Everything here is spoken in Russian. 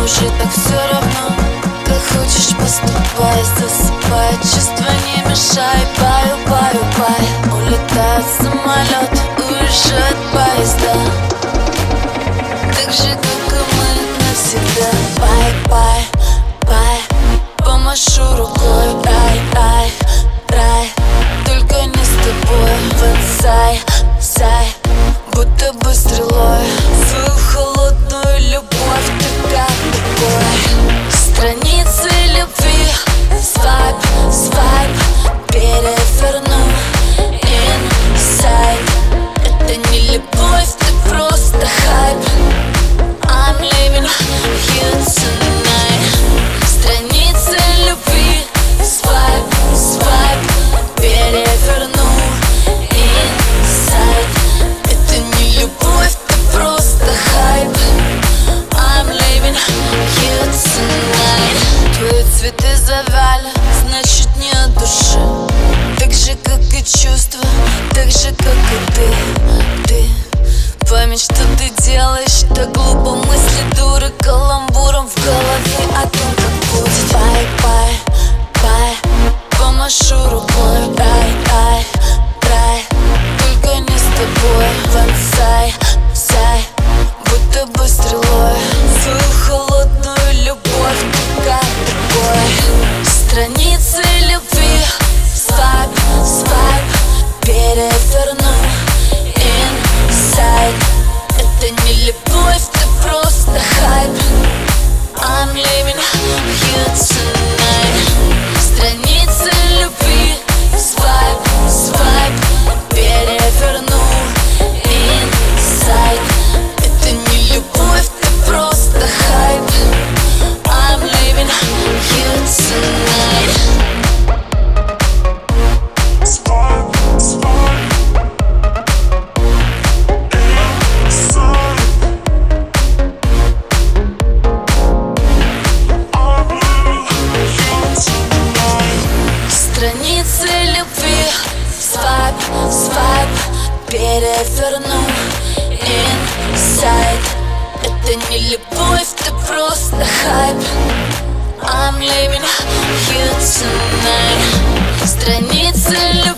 уже так все равно. Как хочешь поступай, засыпай, чувства не мешай. Баю, баю, бай. Улетает самолет, уезжает поезда, так же, как и мы навсегда. Бай, бай, бай. Помашу рукой, рай, рай, рай. Только не с тобой, вансай, сай. Будто бы стрелой свою холодную любовь ты как такой. Страницы любви, свайп, свайп. Переверну инсайд. Это не любовь, ты просто хайп. I'm leaving you tonight. Страницы любви, свайп, свайп. Переверну инсайд. Это не любовь, ты просто хайп. I'm leaving you tonight. Твои цветы завяли, значит не от души. Так же, как и чувства, так же, как и ты. Память, что ты делаешь, так глупо. Мысли дуры каламбуром в голове о том, как будет. Бай, бай, бай. Помашу рукой, рай, рай, рай. Только не с тобой, вансай, сай. Будто бы стрелой свою холодную любовь ты как такой. Страницы любви, свайп, свайп. Переверну инсайд. Это не любовь, ты просто хайп. I'm leaving you tonight. Страницы любви, свайп, свайп. Переверну инсайд. Это не любовь, ты просто хайп. I'm leaving you tonight. Страницы любви, свайп, свайп. Переверну инсайд. Это не любовь, ты просто хайп. I'm leaving you tonight. Страницы любви.